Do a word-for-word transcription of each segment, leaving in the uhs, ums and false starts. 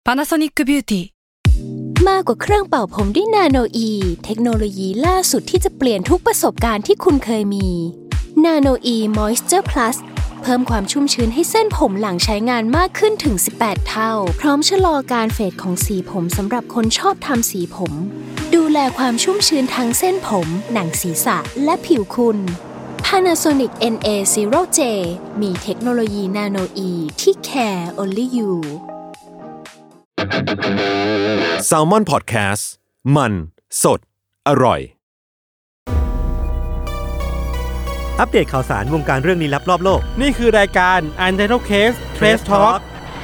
Panasonic Beauty มากกว่าเครื่องเป่าผมด้วยนาโนอีเทคโนโลยีล่าสุดที่จะเปลี่ยนทุกประสบการณ์ที่คุณเคยมีนาโนอีมอยส์เจอร์พลัสเพิ่มความชุ่มชื้นให้เส้นผมหลังใช้งานมากขึ้นถึงสิบแปดเท่าพร้อมชะลอการเฟดของสีผมสำหรับคนชอบทำสีผมดูแลความชุ่มชื้นทั้งเส้นผมหนังศีรษะและผิวคุณ Panasonic เอ็น เอ ศูนย์ เจ มีเทคโนโลยีนาโนอีที่ care only you Salmon Podcast มันสดอร่อยอัปเดตข่าวสารวงการเรื่องลี้ลับรอบโลกนี่คือรายการ Untitled Case Trace Talk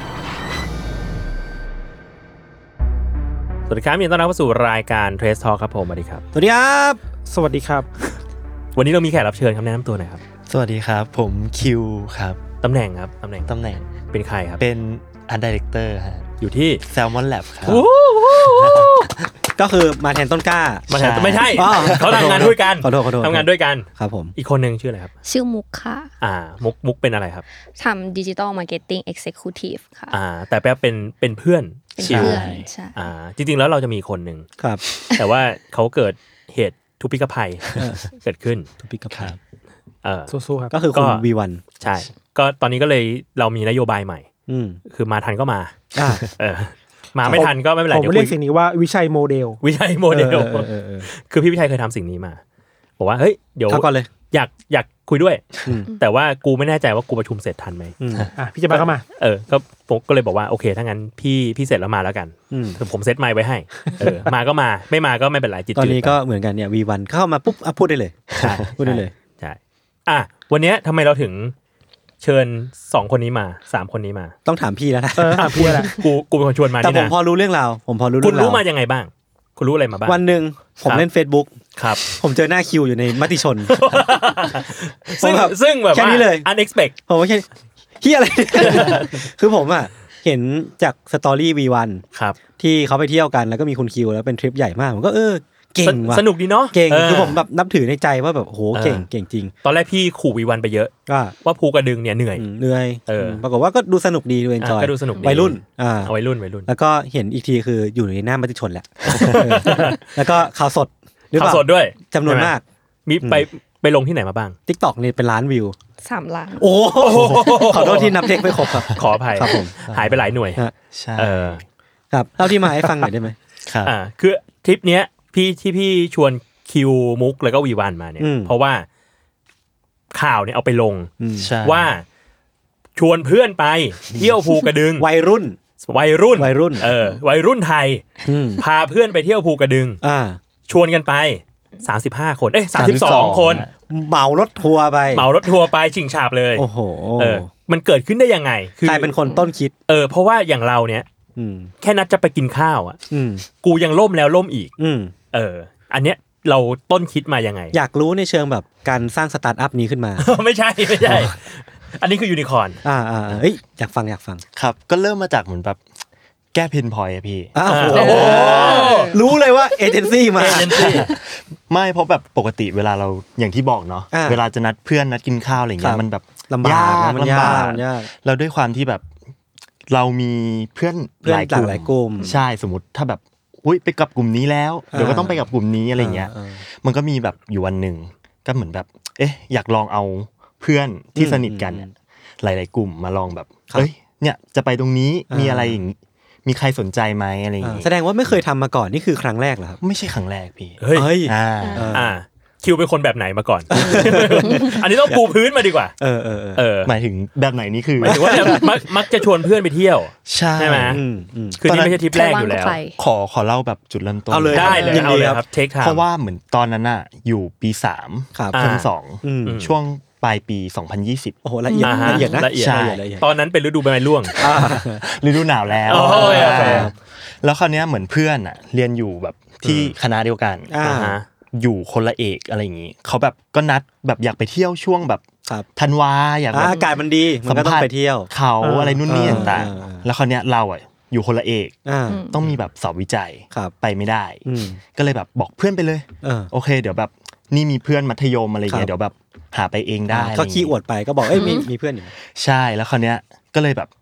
สวัสดีครับยินดีต้อนรับเข้าสู่รายการ Trace Talk ครับผมสวัสดีครับสวัสดีครับสวัสดีครับวันนี้เรามีแขกรับเชิญครับแนะนำตัวหน่อยครับสวัสดีครับผมคิวครับตำแหน่งครับตำแหน่งตำแหน่งเป็นใครครับเป็น Art Director ฮะอยู่ที่ Salmon Lab ครับก็คือมาแทนต้นกล้ามาแทนไม่ใช่เขาทำงานด้วยกันขอโทษขอโทษทำงานด้วยกันครับผมอีกคนนึงชื่ออะไรครับชื่อมุกค่ะอ่ามุกมุกเป็นอะไรครับทำ Digital Marketing Executive ค่ะอ่าแต่แป๊บเป็นเป็นเพื่อนเป็นเพื่อนใช่อ่าจริงๆแล้วเราจะมีคนนึงครับแต่ว่าเขาเกิดเหตุทุพพิฆภัยเกิดขึ้นทุพพิฆภัยเออสู้ๆครับก็คือคุณ วี วันใช่ก็ตอนนี้ก็เลยเรามีนโยบายใหม่อืมคือมาทันก็มาอ่าเออมาไม่ทันก็ไม่เป็นไรผมเรียกสิ่งนี้ว่าวิชัยโมเดลวิชัยโมเดลคือพี่วิชัยเคยทำสิ่งนี้มาบอกว่าเฮ้ยเดี๋ยวก่อนเลยอยากอยากคุยด้วยแต่ว่ากูไม่แน่ใจว่ากูประชุมเสร็จทันไหมอ่ะพี่จะมาเข้ามาเออก็ผมก็เลยบอกว่าโอเคถ้างั้นพี่พี่เสร็จแล้วมาแล้วกันผมเซตไมค์ไว้ให้เออมาก็มาไม่มาก็ไม่เป็นไรจิตตอนนี้ก็เหมือนกันเนี่ย วี วัน เข้ามาปุ๊บพูดได้เลยใช่พูดได้เลยใช่อ่ะวันนี้ทำไมเราถึงเชิญสองคนนี้มาสามคนนี้มาต้องถามพี่แล้วนะเออถามพี่แหละกูกูเป็นคนชวนมานี่นะแต่ผมพอรู้เรื่องราวผมพอรู้เรื่องราวคุณรู้มายังไงบ้างคุณรู้อะไรมาบ้างวันนึงผมเล่น Facebook ครับผมเจอหน้าคิวอยู่ในมติชนซึ่งซึ่งแบบแค่นี้เลย unexpected ผมว่าแค่เหี้ยอะไรคือผมอ่ะเห็นจากสตอรี่ วี วันครับที่เขาไปเที่ยวกันแล้วก็มีคุณคิวแล้วเป็นทริปใหญ่มากผมก็เออเก่งว่ะสนุกดีเนาะเก่งคือผมแบบนับถือในใจว่าแบบโหเก่งเก่งจริงตอนแรกพี่ขู่วีวันไปเยอะว่าภูกระดึงเนี่ยเหนื่อยเหนื่อยปรากฏว่าก็ดูสนุกดีดูเอนจอยก็ดูสนุกวัยรุ่นอ่าวัยรุ่นวัยรุ่นแล้วก็เห็นอีกทีคืออยู่ในหน้ามติชนแหละแล้วก็ข่าวสดข่าวสดด้วยจำนวนมากมีไปไปลงที่ไหนมาบ้าง TikTok นี่เป็นล้านวิวสามล้านโอ้ขอโทษที่นับเลขไม่ครบครับขออภัยครับผมหายไปหลายหน่วยใช่เออครับเล่าที่มาให้ฟังหน่อยได้มั้ยครับอ่าคือทริปเนี้ยพี่ที่พี่ชวนคิวมุกแล้วก็วีวันมาเนี่ยเพราะว่าข่าวเนี่ยเอาไปลงว่าชวนเพื่อนไปเที่ยวภูกระดึงวัยรุ่นวัยรุ่นวัยรุ่นเออวัยรุ่นไทยพาเพื่อนไปเที่ยวภูกระดึงอ่าชวนกันไปสามสิบห้าคนเอ้ยสามสิบสองคนเหมารถทัวร์ไปเหมารถทัวร์ไปชิงฉาบเลยโอ้โหเออมันเกิดขึ้นได้ยังไงคือใครเป็นคนต้นคิดเออเพราะว่าอย่างเราเนี่ยแค่นัดจะไปกินข้าวอ่ะกูยังล่มแล้วล่มอีกเอออันเนี้ยเราต้นคิดมายังไงอยากรู้ในเชิงแบบการสร้างสตาร์ทอัพนี้ขึ้นมาไม่ใช่ไม่ใช่อันนี้คือยูนิคอร์นอ่าๆเอ้ยอยากฟังอยากฟังครับก็เริ่มมาจากเหมือนแบบแก้เพนพอยต์อ่ะพี่อ้าวโอ้โหรู้เลยว่าเอเจนซี่มาเอเจนซี่ไม่เพราะแบบปกติเวลาเราอย่างที่บอกเนาะเวลาจะนัดเพื่อนนัดกินข้าวอะไรอย่างเงี้ยมันแบบลำบากมันยากแล้วด้วยความที่แบบเรามีเพื่อนหลายหลายกลุ่มใช่สมมุติถ้าแบบอุ้ยไปกับกลุ่มนี้แล้วเดี๋ยวก็ต้องไปกับกลุ่มนี้อะไรเงี้ยมันก็มีแบบอยู่วันหนึ่งก็เหมือนแบบเอ๊ะอยากลองเอาเพื่อนที่สนิทกันหลายๆกลุ่มมาลองแบบเอ้ยเนี่ยจะไปตรงนี้มีอะไรอย่างงี้มีใครสนใจไหมอะไรอย่างงี้แสดงว่าไม่เคยทำมาก่อนนี่คือครั้งแรกเหรอครับไม่ใช่ครั้งแรกพี่เฮ้ยอ่าอ่าคิวเป็นคนแบบไหนมาก่อนอันนี้ต้องปูพื้นมาดีกว่าเออเออเออหมายถึงแบบไหนนี่คือหมายถึงว่ามักมักจะชวนเพื่อนไปเที่ยวใช่ไหมคือนี่ไม่ใช่ทริปแรกอยู่แล้วขอขอเล่าแบบจุดเริ่มต้นได้เลยเอาเลยครับเทคไทม์เพราะว่าเหมือนตอนนั้นน่ะอยู่ปีสามเทอมสองช่วงปลายปีสองพันยี่สิบโอ้โหละเอียดละเอียดนะใช่ตอนนั้นเป็นฤดูใบไม้ร่วงฤดูหนาวแล้วแล้วคราวนี้เหมือนเพื่อนอ่ะเรียนอยู่แบบที่คณะเดียวกันอยู่คนละเอกอะไรอย่างงี้เขาแบบก็นัดแบบอยากไปเที่ยวช่วงแบบธันวาอยากอากาศมันดีมันก็ต้องไปเที่ยวเขาอะไรนู่นนี่ต่างๆแล้วคราวนี้เราอ่ะอยู่คนละเอกต้องมีแบบสอบวิจัยไปไม่ได้ก็เลยแบบบอกเพื่อนไปเลยโอเคเดี๋ยวแบบนี่มีเพื่อนมัธยมอะไรเงี้ยเดี๋ยวแบบหาไปเองได้ก็ขี้อวดไปก็บอกเอ้ยมีมีเพื่อนอยู่ใช่แล้วคราวนี้ก็เลยแบบ อ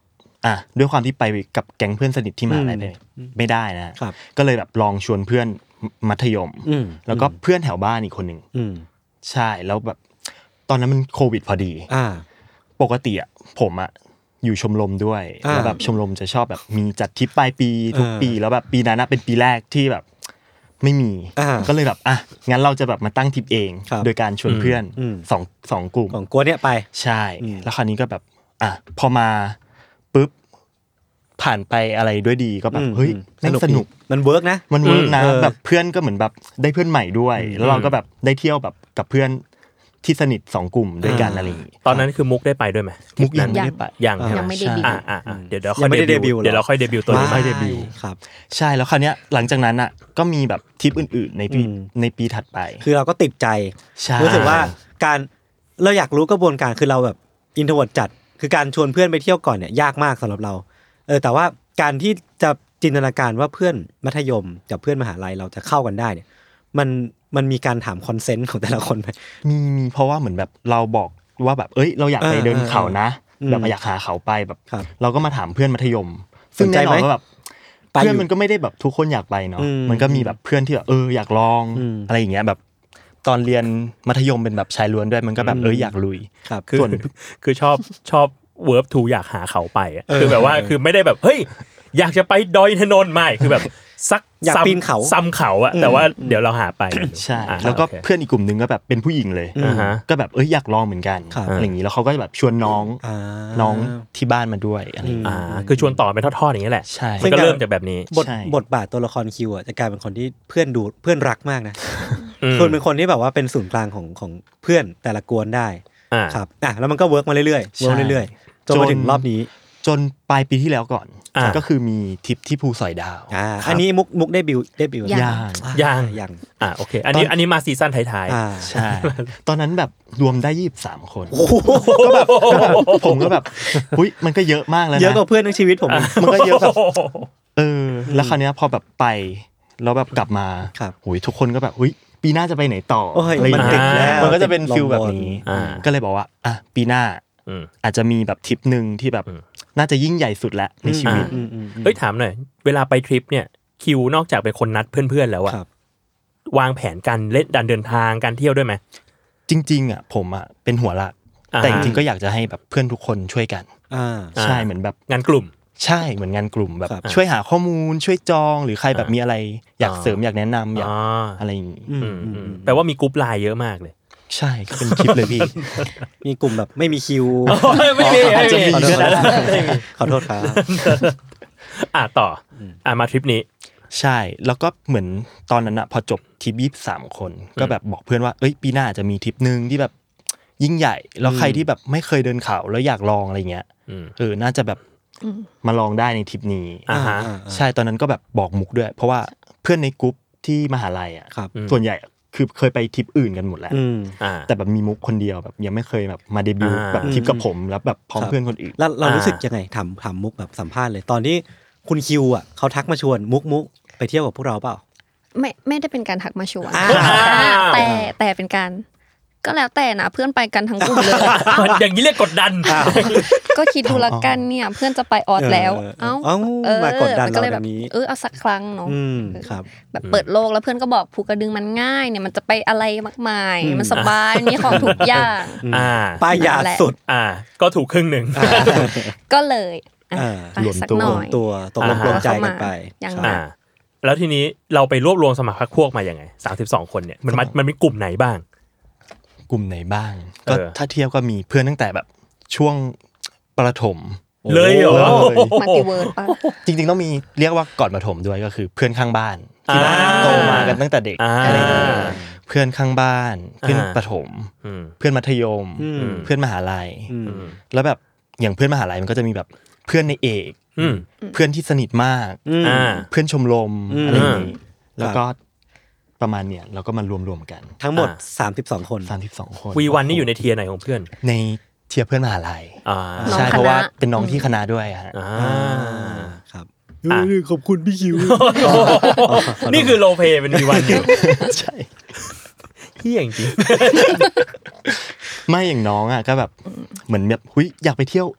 อ่ะด้วยความที่ไปกับแก๊งเพื่อนสนิทที่มหาลัยไปไม่ได้นะก็เลยแบบลองชวนเพื่อนมัธยมแล้วก็เพื่อนแถวบ้านอีกคนนึงใช่แล้วแบบตอนนั้นมันโควิดพอดีปกติอ่ะผมอ่ะอยู่ชมรมด้วยแล้วแบบชมรมจะชอบแบบมีจัดทริปปลายปีทุกปีแล้วแบบปีนั้นเป็นปีแรกที่แบบไม่มีก็เลยแบบอ่ะงั้นเราจะแบบมาตั้งทริปเองโดยการชวนเพื่อนสองสองกลุ่มสองกลุ่มเนี่ยไปใช่แล้วคราวนี้ก็แบบอ่ะพอมาปุ๊บผ่านไปอะไรด้วยดีก็แบบเฮ้ยสนุกมันเวิร์กนะมันเวิร์กนะแบบเพื่อนก็เหมือนแบบได้เพื่อนใหม่ด้วยแล้วเราก็แบบได้เที่ยวแบบกับเพื่อนที่สนิทสองกลุ่มด้วยกันอะไรอย่างงี้ตอนนั้นคือมุกได้ไปด้วยไหมมุกยังไม่ได้ไปยังยังไม่ได้บิวอ่าๆเดี๋ยวเดี๋ยวค่อยเดบิวต์เดี๋ยวเราค่อยเดบิวต์ตัวนี้ค่อยเดบิวต์ครับใช่แล้วคราวเนี้ยหลังจากนั้นอ่ะก็มีแบบทริปอื่นๆในปีในปีถัดไปคือเราก็ติดใจรู้สึกว่าการเราอยากรู้กระบวนการคือเราแบบอินโทรเวิร์ตจัดคือการชวนเพื่อนไปเที่ยวก่อนเนี่ยยากมากสำหรับเราเออแต่ว่าการที่จะจินตนาการว่าเพื่อนมัธยมกับเพื่อนมหาลัยเราจะเข้ากันได้เนี่ยมันมันมีการถามคอนเซนต์ของแต่ละคนไหมมีมีเพราะว่าเหมือนแบบเราบอกว่าแบบเอ้ยเราอยากไปเดินเขานะแบบอยากหาเขาไปแบบเราก็มาถามเพื่อนมัธยมซึ่งแน่นอนว่าแบบเพื่อนมันก็ไม่ได้แบบทุกคนอยากไปเนาะมันก็มีแบบเพื่อนที่แบบเอออยากลองอะไรอย่างเงี้ยแบบตอนเรียนมัธยมเป็นแบบชายล้วนด้วยมันก็แบบเอออยากลุยส่วนคือชอบชอบเวิร์บทูอยากหาเขาไปคือแบบว่าคือไม่ได้แบบเฮ้ยอยากจะไปดอยอินทนนท์ไม่คือแบบสักอยากปีนเขาซ้ำเขาอะแต่ว่าเดี๋ยวเราหาไปใช่แล้วก็เพื่อนอีกกลุ่มนึงก็แบบเป็นผู้หญิงเลยก็แบบเอ้ยอยากลองเหมือนกันอะไรอย่างงี้แล้วเขาก็แบบชวนน้องน้องที่บ้านมาด้วยอะไรอ่าคือชวนต่อเป็นทอดๆอย่างนี้แหละใช่ก็เริ่มจากแบบนี้บทบทบาทตัวละครคิวอ่ะจะกลายเป็นคนที่เพื่อนดูเพื่อนรักมากนะคนเป็นคนที่แบบว่าเป็นศูนย์กลางของของเพื่อนแต่ละกวนได้ครับอ่ะแล้วมันก็เวิร์กมาเรื่อยๆเวิร์กเรื่อยๆจนมาถึงรอบนี้จนปลายปีที่แล้วก่อนก็คือมีทริปที่ภูสอยดาวอ่าอันนี้มุกมุกได้บิวได้บิวยังยังยังอ่าโอเคอันนี้อันนี้มาซีซั่นท้ายๆใช่ตอนนั้นแบบรวมได้ยี่สิบสามคนก็แบบผมก็แบบอุ๊ยมันก็เยอะมากแล้วนะเยอะกว่าเพื่อนในชีวิตผมมันก็เยอะแบบเออแล้วคราวนี้พอแบบไปแล้วแบบกลับมาโหยทุกคนก็แบบอุ๊ยปีหน้าจะไปไหนต่ออะไรอย่างเงี้ยมันก็จะเป็นฟิลแบบนี้ก็เลยบอกว่าอ่ะปีหน้าอาจจะมีแบบทริปนึงที่แบบน่าจะยิ่งใหญ่สุดแล้วในชีวิตเฮ้ยถามหน่อยเวลาไปทริปเนี่ยคิวนอกจากเป็นคนนัดเพื่อนๆแล้วอะวางแผนการเล่นดันเดินทางการเที่ยวด้วยไหมจริงๆอ่ะผมอ่ะเป็นหัวหลักแต่จริงๆก็อยากจะให้แบบเพื่อนทุกคนช่วยกันใช่เหมือนแบบงานกลุ่มใช่เหมือนงานกลุ่มแบบช่วยหาข้อมูลช่วยจองหรือใครแบบมีอะไรอยากเสริมอยากแนะนำอยากอะไรอย่างงี้แปลว่ามีกลุ่มไลน์เยอะมากเลยใช่เป็นคลิปเลยพี่มีกลุ่มแบบไม่มีคิวไม่มีอาจจะมีขอโทษครับอ่ะต่ออ่ะมาทริปนี้ใช่แล้วก็เหมือนตอนนั้นอะพอจบทริปยี่สิบสามคนก็แบบบอกเพื่อนว่าเอ้ยปีหน้าจะมีทริปนึงที่แบบยิ่งใหญ่แล้วใครที่แบบไม่เคยเดินเขาแล้วอยากลองอะไรเงี้ยเออน่าจะแบบมาลองได้ในทริปนี้ใช่ตอนนั้นก็แบบบอกมุกด้วยเพราะว่าเพื่อนในกลุ่มที่มหาลัยอะส่วนใหญ่คือเคยไปทริปอื่นกันหมดแล้วแต่แบบมีมุกคนเดียวแบบยังไม่เคยแบบมาเดบิวต์แบบทริปกับผมแล้วแบบพร้อมเพื่อนคนอื่นแล้วเรารู้สึกยังไงถามถามมุกแบบสัมภาษณ์เลยตอนที่คุณคิวอ่ะเขาทักมาชวนมุกมุกไปเที่ยวกับพวกเราเปล่าไม่ไม่ได้เป็นการทักมาชวนแต่แต่เป็นการก็แล้วแต่นะเพื่อนไปกันทั้งกลุ่มเลยอย่างนี้เรียกกดดันก็คิดดูละกันเนี่ยเพื่อนจะไปออดแล้วเอ้าเออมากดดันเราแบบนี้เออเอาสักครั้งเนาะแบบเปิดโลกแล้วเพื่อนก็บอกภูกระดึงมันง่ายเนี่ยมันจะไปอะไรมากมายมันสบายมีของทุกอย่างป้ายยาสุดอ่าก็ถูกครึ่งนึงก็เลยรวมตัวตัวตกลงปลงใจกันไปอ่าแล้วทีนี้เราไปรวบรวมสมัครพรรคพวกมาอย่างไงสามสิบสองคนเนี่ยมันมันมีกลุ่มไหนบ้างกลุ่มไหนบ้างก็ถ้าเทียบก็มีเพื่อนตั้งแต่แบบช่วงประถมเลยเหรอมัลติเวิร์ดป่ะจริงๆต้องมีเรียกว่าก่อนประถมด้วยก็คือเพื่อนข้างบ้านที่แบบโตมากันตั้งแต่เด็กอะไรอย่างเงี้ยเพื่อนข้างบ้านเพื่อนประถมเพื่อนมัธยมเพื่อนมหาลัยแล้วแบบอย่างเพื่อนมหาลัยมันก็จะมีแบบเพื่อนในเอกเพื่อนที่สนิทมากเพื่อนชมรมอะไรอย่างงี้แล้วก็ประมาณเนี่ยเราก็มารวมๆกันทั้งหมดสามสิบสองคนสามสิบสองคนวีวันนี่อยู่ในเทียร์ไหนของเพื่อนในเทียร์เพื่อนมหาลัยใช่เพราะว่าเป็นน้องที่คณะด้วยฮะครับขอบคุณพี่คิวนี่คือโลเพเป็นวีวันอยู่ใช่เฮี้ยจริงไม่อย่างน้องอ่ะก็แบบเหมือนแบบหุ้ยอยากไปเที่ยว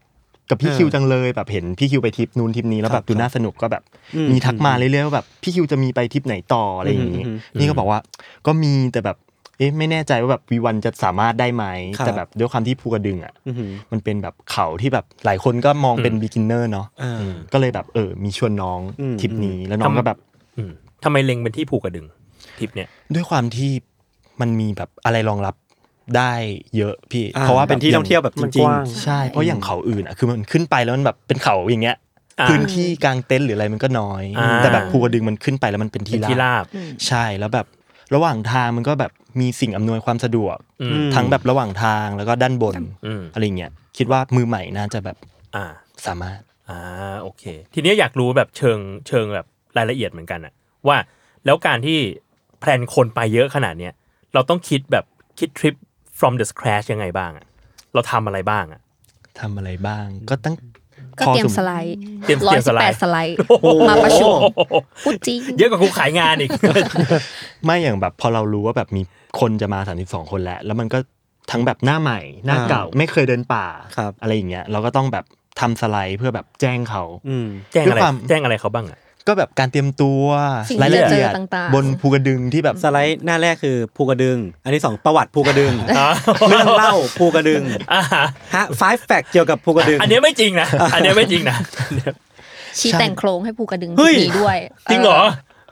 กับพี่คิวจังเลยแบบเห็นพี่คิวไปทริปนู้นทริปนี้แล้วแบบดูน่าสนุกก็แบบมีทักมาเรื่อยๆว่าแบบพี่คิวจะมีไปทริปไหนต่ออะไรอย่างงี้นี่ก็บอกว่าก็มีแต่แบบเอ๊ะไม่แน่ใจว่าแบบวีวันจะสามารถได้ไหมแต่แบบด้วยความที่ภูกระดึงอ่ะมันเป็นแบบเขาที่แบบหลายคนก็มองเป็น beginner เนาะก็เลยแบบเออมีชวนน้องทริปนี้แล้วน้องก็แบบทำไมเล็งเป็นที่ภูกระดึงทริปเนี้ยด้วยความที่มันมีแบบอะไรรองรับได้เยอะพี่เพราะว่าเป็นที่ท่องเที่ยวแบบจริงๆใช่เพราะอย่างเขาอื่นอ่ะคือมันขึ้นไปแล้วมันแบบเป็นเขาอย่างเงี้ยพื้นที่กลางเต็นท์หรืออะไรมันก็น้อยแต่แบบภูกระดึงมันขึ้นไปแล้วมันเป็นที่ราบใช่แล้วแบบระหว่างทางมันก็แบบมีสิ่งอำนวยความสะดวกทั้งแบบระหว่างทางแล้วก็ด้านบนอะไรเงี้ยคิดว่ามือใหม่น่าจะแบบสามารถอ่าโอเคทีนี้อยากรู้แบบเชิงเชิงแบบรายละเอียดเหมือนกันอะว่าแล้วการที่แพลนคนไปเยอะขนาดเนี้ยเราต้องคิดแบบคิดทริป from the scratch ยังไงบ้างอะเราทำอะไรบ้างอะทำอะไรบ้างก็ตั้งก็เตรียมสไลด์เตรียมสไลด์สไลด์มาประชุมพูดจริงเยอะกว่ากูขายงานอีกไม่อย่างแบบพอเรารู้ว่าแบบมีคนจะมาสามสิบสองคนแล้วแล้วมันก็ทั้งแบบหน้าใหม่หน้าเก่าไม่เคยเดินป่าอะไรอย่างเงี้ยเราก็ต้องแบบทำสไลด์เพื่อแบบแจ้งเขาแจ้งอะไรแจ้งอะไรเขาบ้างอะก็แบบการเตรียมตัวรายละเอียดบนภูกระดึงที่แบบสไลด์หน้าแรกคือภูกระดึงอันที่สองประวัติภูกระดึงเรื่องเล่าภูกระดึงฮะ five fact เกี่ยวกับภูกระดึงอันนี้ไม่จริงนะอันนี้ไม่จริงนะชี้แต่งโครงให้ภูกระดึงมีด้วยจริงเหรอ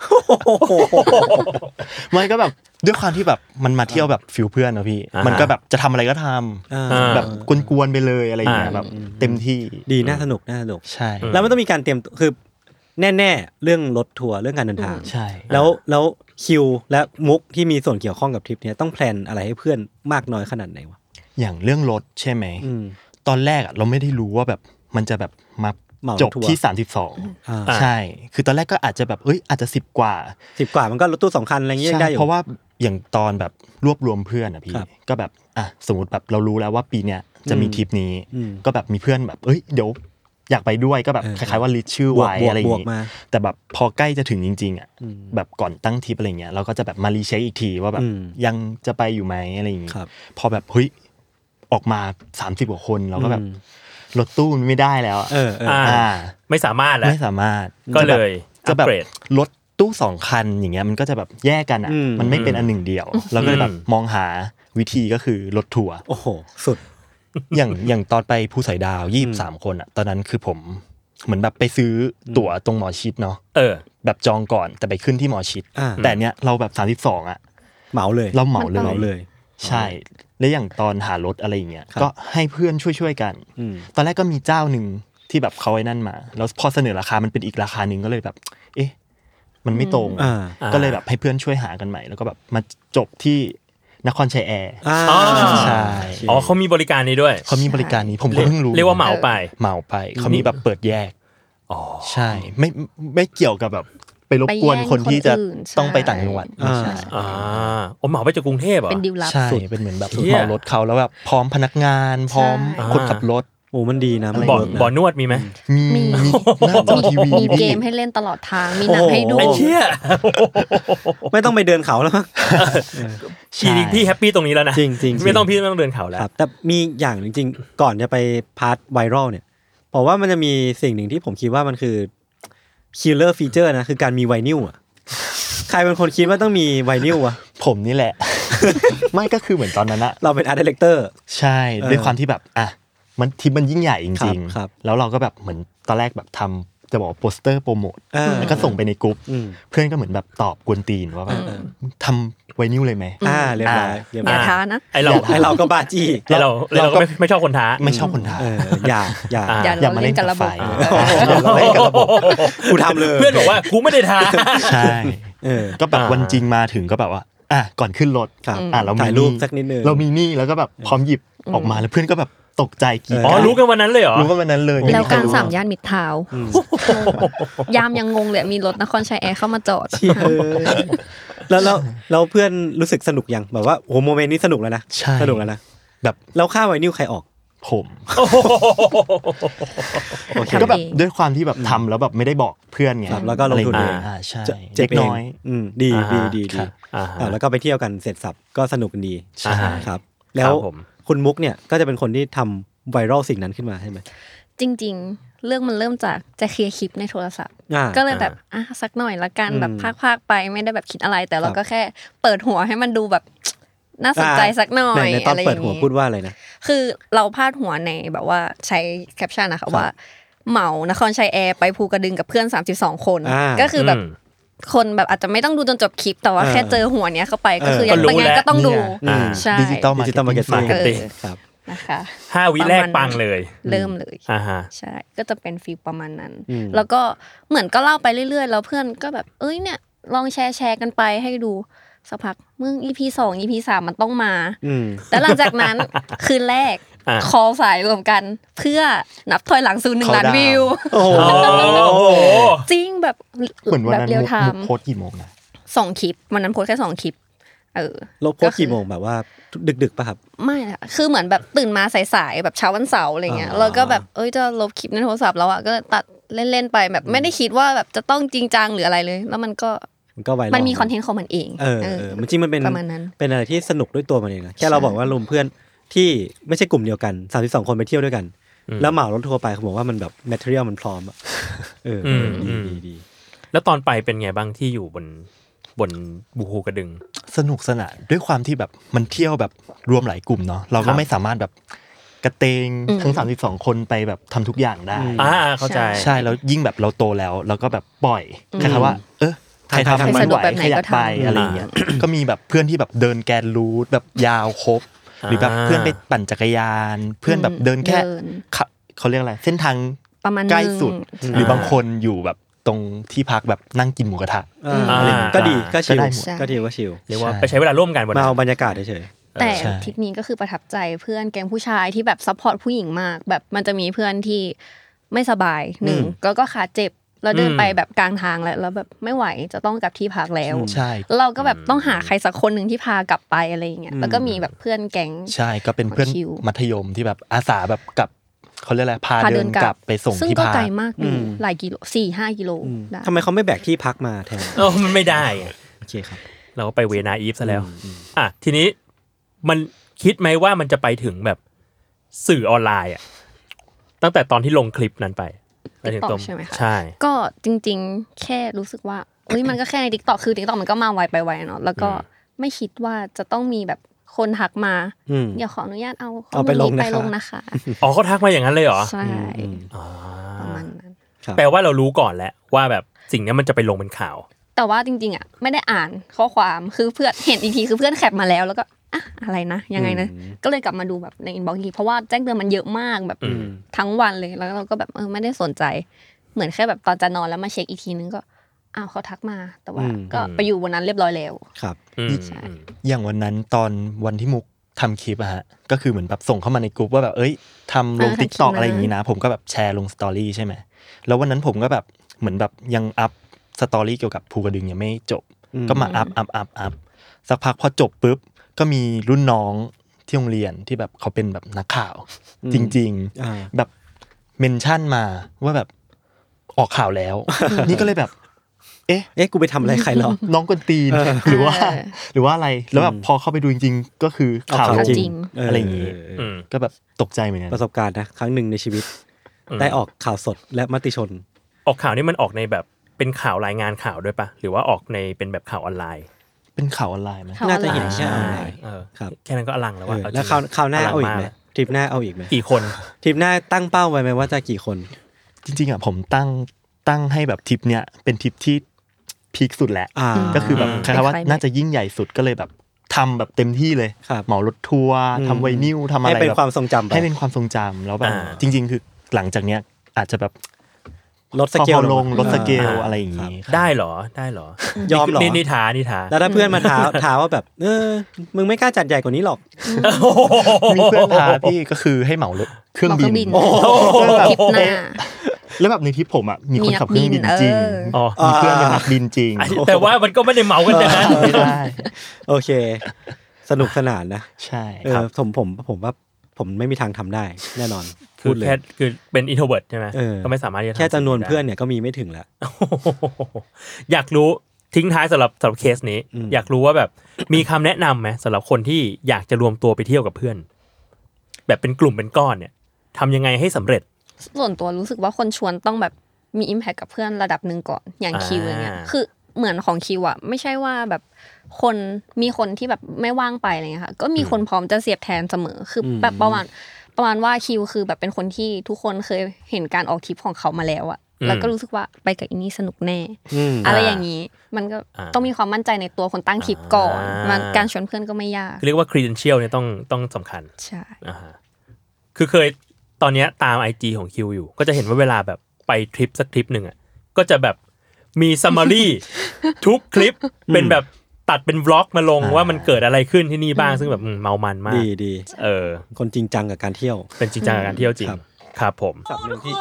ไม่ก็แบบด้วยความที่แบบมันมาเที่ยวแบบฟิลเพื่อนนะพี่มันก็แบบจะทำอะไรก็ทำแบบกวนๆไปเลยอะไรอย่างเงี้ยแบบเต็มที่ดีน่าสนุกน่าสนุกใช่แล้วมันต้องมีการเตรียมคือแน่ๆเรื่องรถทัวร์เรื่องการเดินทางใช่แล้วแล้วคิวและมุกที่มีส่วนเกี่ยวข้องกับทริปนี้ต้องแพลนอะไรให้เพื่อนมากน้อยขนาดไหนวะอย่างเรื่องรถใช่ไหมตอนแรกอ่ะเราไม่ได้รู้ว่าแบบมันจะแบบมาจบที่สามสิบสองใช่คือตอนแรกก็อาจจะแบบเอ้ยอาจจะสิบกว่าสิบกว่ามันก็รถตู้สองคันอะไรอย่างเงี้ยได้อยู่เพราะว่าอย่างตอนแบบรวบรวมเพื่อนอ่ะพี่ก็แบบอ่ะสมมติแบบเรารู้แล้วว่าปีเนี้ยจะมีทริปนี้ก็แบบมีเพื่อนแบบเอ้ยเดี๋ยวอยากไปด้วยก็แบบคล้ายๆว่าลิสต์ชื่อไว้อะไรอย่างงี้แต่แบบพอใกล้จะถึงจริงๆอ่ะแบบก่อนตั้งทริปอะไรเงี้ยเราก็จะแบบมารีเช็คอีกทีว่าแบบยังจะไปอยู่ไหมอะไรอย่างงี้พอแบบเฮ้ยออกมาสามสิบกว่าคนเราก็แบบรถตู้มันไม่ได้แล้วเอออ่าไม่สามารถแล้วไม่สามารถก็เลยจะแบบรถตู้สองคันอย่างเงี้ยมันก็จะแบบแยกกันอ่ะมันไม่เป็นอันหนึ่งเดียวเราก็เลยแบบมองหาวิธีก็คือรถทัวร์โอ้โหสุดอย่างอย่างตอนไปภูสอยดาวยี่สิบสามคนอ่ะตอนนั้นคือผมเหมือนแบบไปซื้อตั๋วตรงหมอชิดเนาะเออแบบจองก่อนแต่ไปขึ้นที่หมอชิดแต่เนี้ยเราแบบสามสิบสองอ่ะเหมาเลยเราเหมาเลยเหมาเลยใช่แล้วอย่างตอนหารถอะไรอย่างเงี้ยก็ให้เพื่อนช่วยๆกันตอนแรกก็มีเจ้านึงที่แบบเขาไอ้นั่นมาแล้วพอเสนอราคามันเป็นอีกราคานึงก็เลยแบบเอ๊ะมันไม่ตรงก็เลยแบบให้เพื่อนช่วยหากันใหม่แล้วก็แบบมาจบที่นครชัยแอร์ใช่อ๋อเขามีบริการนี้ด้วยเขามีบริการนี้ผมก็เพิ่งรู้เรียกว่าเหมาไปเหมาไปเขามีแบบเปิดแยกอ๋อใช่ไม่ไม่เกี่ยวกับแบบไปรบกวนคนที่จะต้องไปต่างจังหวัดไม่ใช่อ่าอ๋อเหมาไปจากกรุงเทพเหรอเป็นดิวลับใช่เป็นเหมือนแบบเหมารถเขาแล้วแบบพร้อมพนักงานพร้อมคนขับรถโอ้มันดีนะบ่อบ่อนวดมีไหมมีหน้าจอทีวีมีเกมให้เล่นตลอดทางมีหนังให้ดูไอ้เชี่ยไม่ต้องไปเดินเขาแล้วมั้งชีวิตพี่แฮปปี้ตรงนี้แล้วนะจริงๆไม่ต้องพี่ไม่ต้องเดินเขาแล้วแต่มีอย่างจริงๆก่อนจะไปพาร์ทไวรัลเนี่ยเพราะว่ามันจะมีสิ่งหนึ่งที่ผมคิดว่ามันคือคิลเลอร์ฟีเจอร์นะคือการมีไวนิลอ่ะใครเป็นคนคิดว่าต้องมีไวนิลวะผมนี่แหละไม่ก็คือเหมือนตอนนั้นอะเราเป็นอาร์ตดีเรคเตอร์ใช่ด้วยความที่แบบอ่ะมันทีมันยิ่งใหญ่จริงๆแล้วเราก็แบบเหมือนตอนแรกแบบทำจะบอกโปสเตอร์โปรโมทแล้วก็ส่งไปในกลุ่มเพื่อนก็เหมือนแบบตอบกวนตีนว่าแบบทำไวนิลเลยไหมอ่าเรียบร้อยอย่าท้านะไอเราไอเราก็บ้าจี้ไอเราเราก็ไม่ชอบคนท้าไม่ชอบคนท้าอย่าอย่าอย่ามาเล่นกับระบบเราเล่นกับระบบกูทำเลยเพื่อนบอกว่ากูไม่ได้ท้าใช่ก็แบบวันจริงมาถึงก็แบบว่าอ่ะก่อนขึ้นรถอ่ะเราถ่ายรูปสักนิดนึงเรามีนี่แล้วก็แบบพร้อมหยิบออกมาแล้วเพื่อนก็แบบตกใจกี่อ๋อรู้กันวันนั้นเลยเหรอรู้กันวันนั้นเลยแล้วการสามย่านมิตรทาวน์ยามยังงงเลยมีรถนครชัยแอร์เข้ามาจอดแล้วแล้วแล้วเพื่อนรู้สึกสนุกยังแบบว่าโอ้โมเมนต์นี้สนุกแล้วนะสนุกแล้วนะแบบแล้วค่าไวนิลใครออกผมก็แบบด้วยความที่แบบทำแล้วแบบไม่ได้บอกเพื่อนไงแล้วก็ลงทุนเองใช่เล็กน้อยดีดีดีดีแล้วก็ไปเที่ยวกันเสร็จสับก็สนุกกันดีครับแล้วคุณมุกเนี่ยก็จะเป็นคนที่ทำไวรัลสิ่งนั้นขึ้นมาใช่ไหมจริงๆเรื่องมันเริ่มจากจะเคลียร์คลิปในโทรศัพท์ก็เลยแบบอ่ะสักหน่อยละกันแบบพากๆไปไม่ได้แบบคิดอะไรแต่เราก็แค่เปิดหัวให้มันดูแบบน่าสนใจสักหน่อยอะไรอย่างนี้ตอนเปิดหัวพูดว่าอะไรนะคือเราพาดหัวในแบบว่าใช้แคปชั่นนะคะว่าเหมานครชัยแอร์ไปภูกระดึงกับเพื่อนสามสิบสองคนก็คือแบบคนแบบอาจจะไม่ต้องดูจนจบคลิปแต่ว่าแค่เจอหัวเนี้ยเข้าไปก็คือยังไงก็ต้องดูใช่ดิจิตอลมาร์เก็ตติ้งครับนะคะห้าวิแรกปังเลยเริ่มเลยใช่ก็จะเป็นฟีลประมาณนั้นแล้วก็เหมือนก็เล่าไปเรื่อยๆแล้วเพื่อนก็แบบเอ้ยเนี่ยลองแชร์แชร์กันไปให้ดูสักพักมึง อี พี สอง อี พี สามมันต้องมาแล้วหลังจากนั้นคืนแรกคอลสายรวมกันเพื่อนับถอยหลังสู่หนึ่งล้านวิวโอ้โหจริงแบบเหมือนวันนั้นโพสกี่โมงนะสองคลิปวันนั้นโพสแค่สองคลิปเออลบโพสกี่โมงแบบว่าดึกๆป่ะครับไม่ล่ะคือเหมือนแบบตื่นมาสายๆแบบเช้าวันเสาร์อะไรเงี้ยแล้วก็แบบเอ้ยจะลบคลิปในโทรศัพท์แล้วอ่ะก็ตัดเล่นๆไปแบบไม่ได้คิดว่าแบบจะต้องจริงจังหรืออะไรเลยแล้วมันก็มันก็ไวรัลมันมีคอนเทนต์ของมันเองเออๆมันจริงมันเป็นเป็นอะไรที่สนุกด้วยตัวมันเองนะแค่เราบอกว่ารวมเพื่อนที่ไม่ใช่กลุ่มเดียวกันสามสิบสองคนไปเที่ยวด้วยกันแล้วเหมารถทัวร์ไปเขาบอกว่ามันแบบแมทเทอเรียลมันพร้อมอ่ะเออดีๆแล้วตอนไปเป็นไงบ้างที่อยู่บนบนภูกระดึงสนุกสนานด้วยความที่แบบมันเที่ยวแบบรวมหลายกลุ่มเนาะเราก็ไม่สามารถแบบกระเตงทั้งสามสิบสองคนไปแบบทำทุกอย่างได้อ่าเข้าใจใช่แล้วยิ่งแบบเราโตแล้วเราก็แบบปล่อยแค่ว่าเออใครทำมันไหวใครอยากไปอะไรอย่างเงี้ยก็มีแบบเพื่อนที่แบบเดินแกนรูทแบบยาวครบหรือแบบเพื่อนไปปั่นจักรยานเพื่อนแบบเดินแค่เขาเรียกอะไรเส้นทางใกล้สุดหรือบางคนอยู่แบบตรงที่พักแบบนั่งกินหมูกระทะก็ดีก็ชิลก็ดีว่าชิลเรียกว่าไปใช้เวลาร่วมกันมาเอาบรรยากาศเฉยๆแต่ทริปนี้ก็คือประทับใจเพื่อนแก๊งผู้ชายที่แบบซัพพอร์ตผู้หญิงมากแบบมันจะมีเพื่อนที่ไม่สบายหนึ่งก็ก็ขาเจ็บเราเดินไปแบบกลางทางแล้วแล้วแบบไม่ไหวจะต้องกลับที่พักแล้วเราก็แบบต้องหาใครสักคนนึงที่พากลับไปอะไรอย่างเงี้ยแล้วก็มีแบบเพื่อนแก๊งใช่ก็เป็นเพื่อนมัธยมที่แบบอาสาแบบกับเขาเรียกอะไรพาเดินกลับไปส่งที่พักซึ่งก็ไกลมากหลายกิโล สี่ห้า กิโลได้ทำไมเขาไม่แบกที่พักมาแทนเออมันไม่ได้โอเคครับเราก็ไปเวนาอีฟซะแล้วอ่ะทีนี้มันคิดไหมว่ามันจะไปถึงแบบสื่อออนไลน์อ่ะตั้งแต่ตอนที่ลงคลิปนั้นไป TikTok ใช่ไหมคะใช่ก็จริงๆแค่รู้สึกว่าเอ้ยมันก็แค่ใน TikTok คือ TikTok มันก็มาไวไปไวเนาะแล้วก็ไม่คิดว่าจะต้องมีแบบคนทักมาเดี๋ยวขออนุญาตเอาเอาไปลงไปลงนะคะอ๋อเขาทักมาอย่างนั้นเลยเหรอใช่ประมาณนั้นแปลว่าเรารู้ก่อนแล้วว่าแบบสิ่งนี้มันจะไปลงเป็นข่าวแต่ว่าจริงๆอ่ะไม่ได้อ่านข้อความคือเพื่อนเห็นอีกทีคือเพื่อนแคปมาแล้วแล้วก็อะอะไรนะยังไงนะก็เลยกลับมาดูแบบในอินบ็อกซ์อีกเพราะว่าแจ้งเตือนมันเยอะมากแบบทั้งวันเลยแล้วเราก็แบบเออไม่ได้สนใจเหมือนแค่แบบตอนจะนอนแล้วมาเช็คอีกทีนึงก็อ้าวเขาทักมาแต่ว่าก็ไปอยู่บนนั้นเรียบร้อยแล้วครับใช่อย่างวันนั้นตอนวันที่มุกทำคลิปอะฮะก็คือเหมือนแบบส่งเข้ามาในกลุ่มว่าแบบเอ้ยทำลง TikTok อะไรอย่างนี้นะผมก็แบบแชร์ลงสตอรี่ใช่ไหมแล้ววันนั้นผมก็แบบเหมือนแบบยังอัพสตอรี่เกี่ยวกับภูกระดึงยังไม่จบก็มาอัพอัพอัพอัพสักพักพอจบปุ๊บก็มีรุ่นน้องที่โรงเรียนที่แบบเขาเป็นแบบนักข่าวจริงๆแบบเมนชั่นมาว่าแบบออกข่าวแล้วนี่ก็เลยแบบเอ๊ะเอ๊ะกูไปทำอะไรใครหรอน้องกวนตีนหรือว่าหรือว่าอะไรแล้วแบบพอเข้าไปดูจริงๆก็คือข่าวจริงอะไรอย่างงี้ก็แบบตกใจเหมือนกันประสบการณ์นะครั้งหนึ่งในชีวิตได้ออกข่าวสดและมติชนออกข่าวนี่มันออกในแบบเป็นข่าวรายงานข่าวด้วยปะหรือว่าออกในเป็นแบบข่าวออนไลน์เป็นข่าวออนไลน์ไหมน่าจะเห็นแค่ออนไลน์ครับแค่นั้นก็อลังแล้วว่าแล้วข่าวหน้าเอาอีกไหมทริปหน้าเอาอีกไหมกี่คนทริปหน้าตั้งเป้าไว้ไหมว่าจะกี่คนจริงๆอ่ะผมตั้งตั้งให้แบบทริปเนี้ยเป็นทริปที่พีคสุดแหละก็คือแบบคล้ายๆว่าน่าจะยิ่งใหญ่สุดก็เลยแบบทำแบบเต็มที่เลยเหมารถทัวร์ทำไวนิลทำอะไรให้เป็นความทรงจำให้เป็นความทรงจำแล้วแบบจริงๆคือหลังจากเนี้ยอาจจะแบบลดสเกลลงลดสเกลอะไรอย่างงี้ได้เหรอได้เหรอยอมเหรอนิทานิทาแล้วถ้าเพื่อนมาท้าท้าว่าแบบเออมึงไม่กล้าจัดใหญ่กว่านี้หรอกมีเพื่อนท้าพี่ก็คือให้เหมารถเครื่องบินทริปหน้าแล้วแบบในทริปผมอ่ะมีคนขับเครื่องบินจริงมีเพื่อนเป็นนักบินจริงแต่ว่ามันก็ไม่ได้เหมากันอย่างนั้นโอเคสนุกสนานนะใช่ครับผมผมผมว่าผมไม่มีทางทำได้แน่นอนพูดเลยคือเป็น introvert ใช่ไหมก็ไม่สามารถแค่จำนวนเพื่อนเนี่ยก็มีไม่ถึงแล้วอยากรู้ทิ้งท้ายสำหรับสำหรับเคสนี้อยากรู้ว่าแบบมีคำแนะนำไหมสำหรับคนที่อยากจะรวมตัวไปเที่ยวกับเพื่อนแบบเป็นกลุ่มเป็นก้อนเนี่ยทำยังไงให้สำเร็จส่วนตัวรู้สึกว่าคนชวนต้องแบบมี impact กับเพื่อนระดับนึงก่อนอย่างคิวอย่างเงี้ยคือเหมือนของคิวอ่ะไม่ใช่ว่าแบบคนมีคนที่แบบไม่ว่างไปอะไรเงี้ยค่ะก็มีคนพร้อมจะเสียบแทนเสมอคือแบบประมาณประมาณว่าคิวคือแบบเป็นคนที่ทุกคนเคยเห็นการออกทริปของเขามาแล้วอ่ะแล้วก็รู้สึกว่าไปกับอินนี่สนุกแน่อะไรอย่างนี้มันก็ต้องมีความมั่นใจในตัวคนตั้งทริปก่อนมันการชวนเพื่อนก็ไม่ยากเรียกว่า credential เนี่ยต้องต้องสำคัญใช่คือเคยตอนนี้ตาม ไอ จี ของคิวอยู่ก็จะเห็นว่าเวลาแบบไปทริปสักทริปนึงอ่ะก็จะแบบมี summary ทุกคลิปเป็นแบบตัดเป็นวล็อกมาลงว่ามันเกิดอะไรขึ้นที่นี่บ้างซึ่งแบบเมามันมากดีๆเออคนจริงจังกับการเที่ยวเป็นจริงจังกับการเที่ยวจริงครับผมสับนึงที่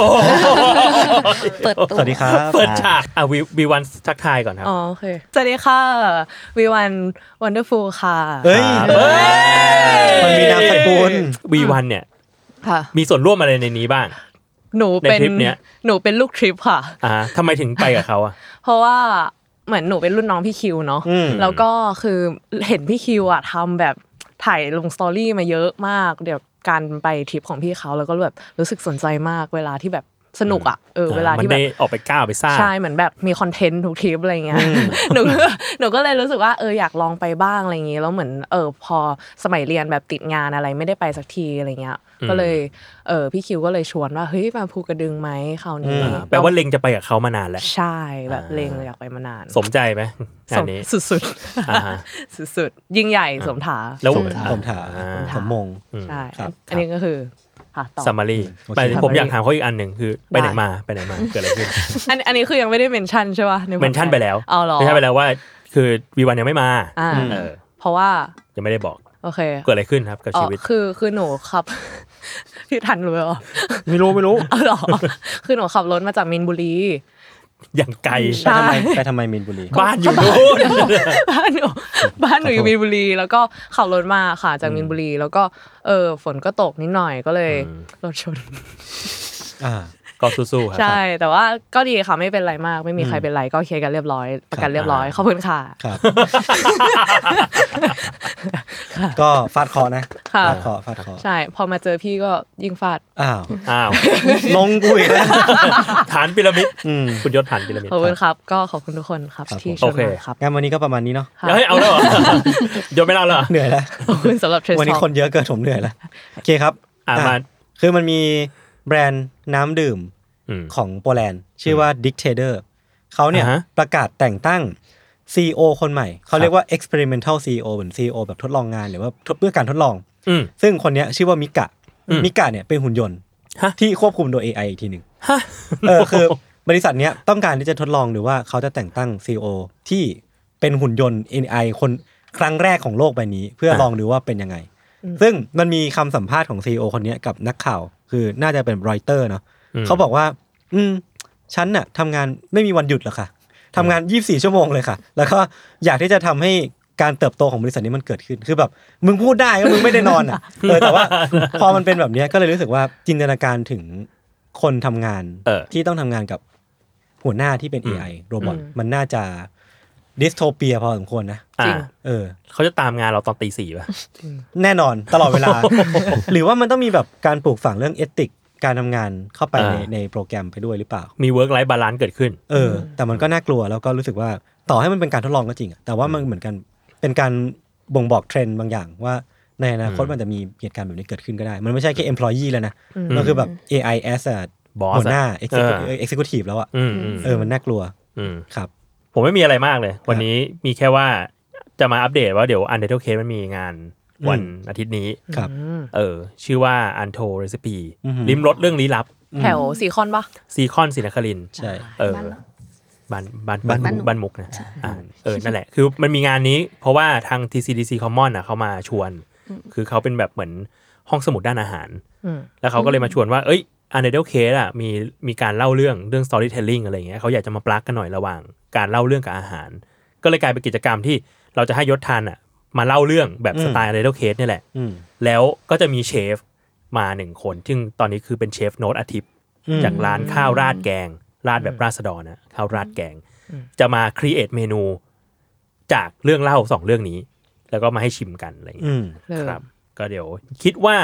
เปิดตัวสวัสดีครับเปิดฉากอ่ะวีวีวันทักทายก่อนครับอ๋อโอเคสวัสดีค่ะวีวันวันเดอร์ฟูลค่ะเฮ้ยมันมีนามสกุลวีวันเนี่ยมีส่วนร่วมอะไรในนี้บ้างหนูเป็นหนูเป็นลูกทริปค่ะอ่าทำไมถึงไปกับเขาอ่ะเพราะว่าเหมือนหนูเป็นรุ่นน้องพี่คิวเนาะแล้วก็คือเห็นพี่คิวอ่ะทำแบบถ่ายลงสตอรี่มาเยอะมากเดี๋ยวการไปทริปของพี่เขาแล้วก็แบบรู้สึกสนใจมากเวลาที่แบบสนุกอ่ะเออเวลาที่แบบออกไปก้าวไปซ่าใช่เหมือนแบบมีคอนเทนต์ทุกทริปอะไรเงี้ยหนูหนูก็เลยรู้สึกว่าเอออยากลองไปบ้างอะไรอย่างงี้แล้วเหมือนเออพอสมัยเรียนแบบติดงานอะไรไม่ได้ไปสักทีอะไรเงี้ยก็เลยเออพี่คิวก็เลยชวนว่าเฮ้ยมาภูกระดึงไหมคราวนี้แปลว่าเล็งจะไปกับเขามานานแล้วใช่แบบเล็งอยากไปมานานสมใจไหมงานนี้สุดๆสุดๆยิ่งใหญ่สมถาแล้วสมถาสมมงใช่อันนี้ก็คือซัมมารีไปผมอยากถามเขาอีกอันหนึ่งคือไปไหนมาไปไหนมาเกิดอะไรขึ้นอันอันนี้คือยังไม่ได้เมนชั่นใช่ป่ะเมนชั่นไปแล้วเมนชั่นไปแล้วว่าคือวีวันยังไม่มาเพราะว่ายังไม่ได้บอกโอเคเกิดอะไรขึ้นครับกับชีวิตคือคือหนูขับพี่ทันรู้เหรอไม่รู้ไม่รู้อ๋อเหรอคือหนูขับรถมาจากมีนบุรีอย่างไกลไปทำไมไปทำไมมีนบุรีบ้านอยู่นู่นบ้านหนูบ้านหนูอยู่มีนบุรีแล้วก็ขับรถมาค่ะจากมีนบุรีแล้วก็เออฝนก็ตกนิดหน่อยก็เลยรถชนอ่าก็สู้ๆครับใช่แต่ว่าก็ดีค่ะไม่เป็นไรมากไม่มีใครเป็นไรก็เคลียร์กันเรียบร้อยประกันเรียบร้อยขอบคุณค่ะครับก็ฟาดคอนะฟาดคอฟาดคอใช่พอมาเจอพี่ก็ยิ่งฟาดอ้าวอ้าวลงกูอีกแล้วฐานพีระมิดคุณยศฐานพีระมิดขอบคุณครับก็ขอบคุณทุกคนครับที่ชวนมาครับงั้นวันนี้ก็ประมาณนี้เนาะเฮ้ยเอาแล้วเหรอยศไม่เล่าแล้วเหนื่อยแล้วขอบคุณสำหรับเทรนด์วันนี้คนเยอะเกินผมเหนื่อยแล้วโอเคครับอ่ามาคือมันมีแบรนด์น้ำดื่มของโปแลนด์ชื่อว่า Dictator เขาเนี่ยประกาศแต่งตั้ง ซี อี โอ คนใหม่เขาเรียกว่า experimental ซี อี โอ เหมือน ซี อี โอ แบบทดลองงานหรือว่าเพื่อการทดลองซึ่งคนนี้ชื่อว่ามิกะมิกะเนี่ยเป็นหุ่นยนต์ที่ควบคุมโดย เอ ไอ อีกทีนึงเออคือบริษัทเนี้ยต้องการที่จะทดลองหรือว่าเขาจะแต่งตั้ง ซี อี โอ ที่เป็นหุ่นยนต์ เอ ไอ คนครั้งแรกของโลกใบนี้เพื่อลองดูว่าเป็นยังไงซึ่งมันมีคำสัมภาษณ์ของ ซี อี โอ คนนี้กับนักข่าวคือน่าจะเป็นรอยเตอร์เนาะเขาบอกว่าอืมฉันน่ะทำงานไม่มีวันหยุดหรอกค่ะทำงานยี่สิบสี่ชั่วโมงเลยค่ะแล้วก็อยากที่จะทำให้การเติบโตของบริษัทนี้มันเกิดขึ้นคือแบบมึงพูดได้ก็มึงไม่ได้นอนอ่ะเออแต่ว่าพอมันเป็นแบบนี้ก็เลยรู้สึกว่าจินตนาการถึงคนทำงานที่ต้องทำงานกับหัวหน้าที่เป็น เอ ไอ โรบอทมันน่าจะดิสโทเปียพอสมควรนะจริงเออเขาจะตามงานเราตอนตีสี่ป่ะแน่นอนตลอดเวลาหรือว่ามันต้องมีแบบการปลูกฝังเรื่องเอติกการทำงานเข้าไปในในโปรแกรมไปด้วยหรือเปล่ามี work life balance เกิดขึ้นเออแต่มันก็น่ากลัวแล้วก็รู้สึกว่าต่อให้มันเป็นการทดลองก็จริงแต่ว่ามันเหมือนกันเป็นการบ่งบอกเทรนด์บางอย่างว่าในอนาคตมันจะมีเหตุการณ์แบบนี้เกิดขึ้นก็ได้มันไม่ใช่แค่ employee แล้วนะมันคือแบบ เอ ไอ as a หัวหน้า executive แล้วอ่ะเออมันน่ากลัวครับผมไม่มีอะไรมากเลยวันนี้มีแค่ว่าจะมาอัปเดตว่าเดี๋ยว Untitled Case มันมีงานวันอาทิตย์นี้ครับเออชื่อว่า Untold Recipe ลิ้มรสเรื่องลี้ลับแถวซีคอนปะซีคอนศรีนครินทร์ใช่เออบ้านบ้านบ้านบ้านมุกนะอ่าเออนั่นแหละคือมันมีงานนี้เพราะว่าทาง ที ซี ดี ซี Common น่ะเขามาชวนคือเขาเป็นแบบเหมือนห้องสมุดด้านอาหารแล้วเขาก็เลยมาชวนว่าเอ้ย Untitled Case อ่ะมีมีการเล่าเรื่องเรื่อง storytelling อะไรอย่างเงี้ยเขาอยากจะมาปลั๊กกันหน่อยระหว่างการเล่าเรื่องกับอาหารก็เลยกลายเป็นกิจกรรมที่เราจะให้ยศทันอ่ะมาเล่าเรื่องแบบสไตล์ Untitled Case นี่แหละแล้วก็จะมีเชฟมาหนึ่งคนซึ่งตอนนี้คือเป็นเชฟโน้ตอาทิตย์จากร้านข้าวราดแกงราดแบบราษฎรนะข้าวราดแกงจะมาครีเอทเมนูจากเรื่องเล่าสองเรื่องนี้แล้วก็มาให้ชิมกันอะไรอย่างเงี้ยครับก็เดี๋ยวคิดว่า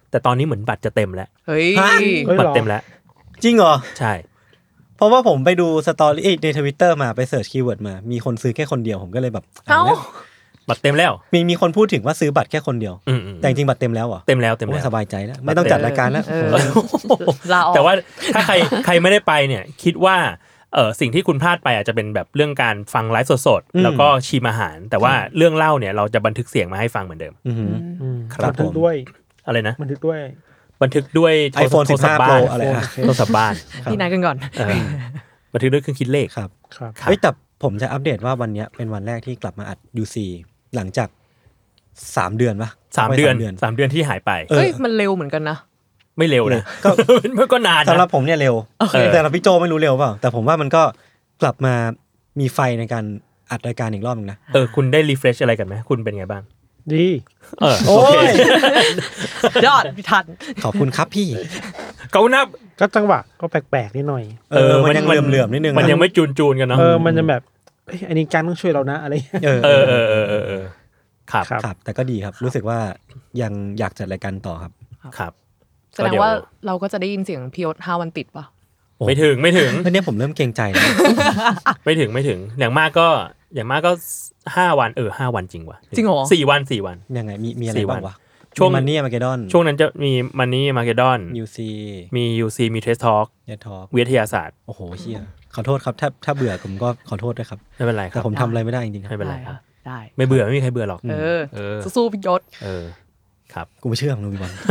แต่ตอนนี้เหมือนบัตรจะเต็มแล้วเฮ้ยบัตรเต็มแล้วจริงเหรอใช่เพราะว่าผมไปดูสตอรี่ใน Twitter มาไปเสิร์ชคีย์เวิร์ดมามีคนซื้อแค่คนเดียวผมก็เลยแบบเอ้าบัตรเต็มแล้วมีมีคนพูดถึงว่าซื้อบัตรแค่คนเดียวแต่จริงๆบัตรเต็มแล้วเหรอเต็มแล้วเต็มแล้วสบายใจแล้วไม่ต้องจัดรายการแล้วแต่ว่าถ้าใครใครไม่ได้ไปเนี่ยคิดว่าเออสิ่งที่คุณพลาดไปอาจจะเป็นแบบเรื่องการฟังไลฟ์สดๆแล้วก็ชิมอาหารแต่ว่าเรื่องเล่าเนี่ยเราจะบันทึกเสียงมาให้ฟังเหมือนเดิมครับผมด้วยอะไรนะบันทึกด้วยบันทึกด้วย iPhone สิบห้า Pro อะไรฮะโทรศัพท์บ้านพี่นายกันก่อนบันทึกด้วยเครื่องคิดเลขครับครับเฮ้ยแต่ผมจะอัปเดตว่าวันนี้เป็นวันแรกที่กลับมาอัด ยู ซี หลังจากสามเดือนป่ะสามเดือนสามเดือนที่หายไปเอ้ยมันเร็วเหมือนกันนะไม่เร็วนะก็มันก็นานสำหรับผมเนี่ยเร็วแต่สำหรับพี่โจไม่รู้เร็วเปล่าแต่ผมว่ามันก็กลับมามีไฟในการอัดรายการอีกรอบนึงนะเออคุณได้รีเฟรชอะไรกันไหมคุณเป็นไงบ้างดีเออโอเคยอดพี่ทันขอบคุณครับพี่เขานับก็จังหวะก็แปลกๆนิดหน่อยเออมันยังเหลื่อมๆนิดนึงมันยังไม่จูนๆกันเนาะเออมันจะแบบอันนี้การต้องช่วยเรานะอะไรเออเออเออเออเออครับครับแต่ก็ดีครับรู้สึกว่ายังอยากจัดรายการต่อครับครับแสดงว่าเราก็จะได้ยินเสียงพี่ยศห้าวันติดป่ะไม่ถึงไม่ถึงตอนนี้ผมเริ่มเกรงใจแล้วไม่ถึงไม่ถึงอย่างมากก็อย่างมากก็ห้าวันเออห้าวันจริงว่ะจริงเหรอสี่วันสี่วันยังไงมีมีอะไรบ้างวะช่วงมันนี่มาเกดอนช่วงนั้นจะมีมันนี่มาเกดอนยู ซีมี ยู ซี มีเทสทอล์กเทสทอล์กวิทยาศาสตร์โอ้โหเหี้ยขอโทษครับถ้าถ้าเบื่อผมก็ขอโทษด้วยครับไม่เป็นไรครับแต่ผมทำอะไรไม่ได้จริงๆไม่เป็นไรครับได้ไม่เบื่อไม่มีใครเบื่อหรอกเออเออสู้พี่ยศเออครับกูไม่เชื่อมึงพี่บอล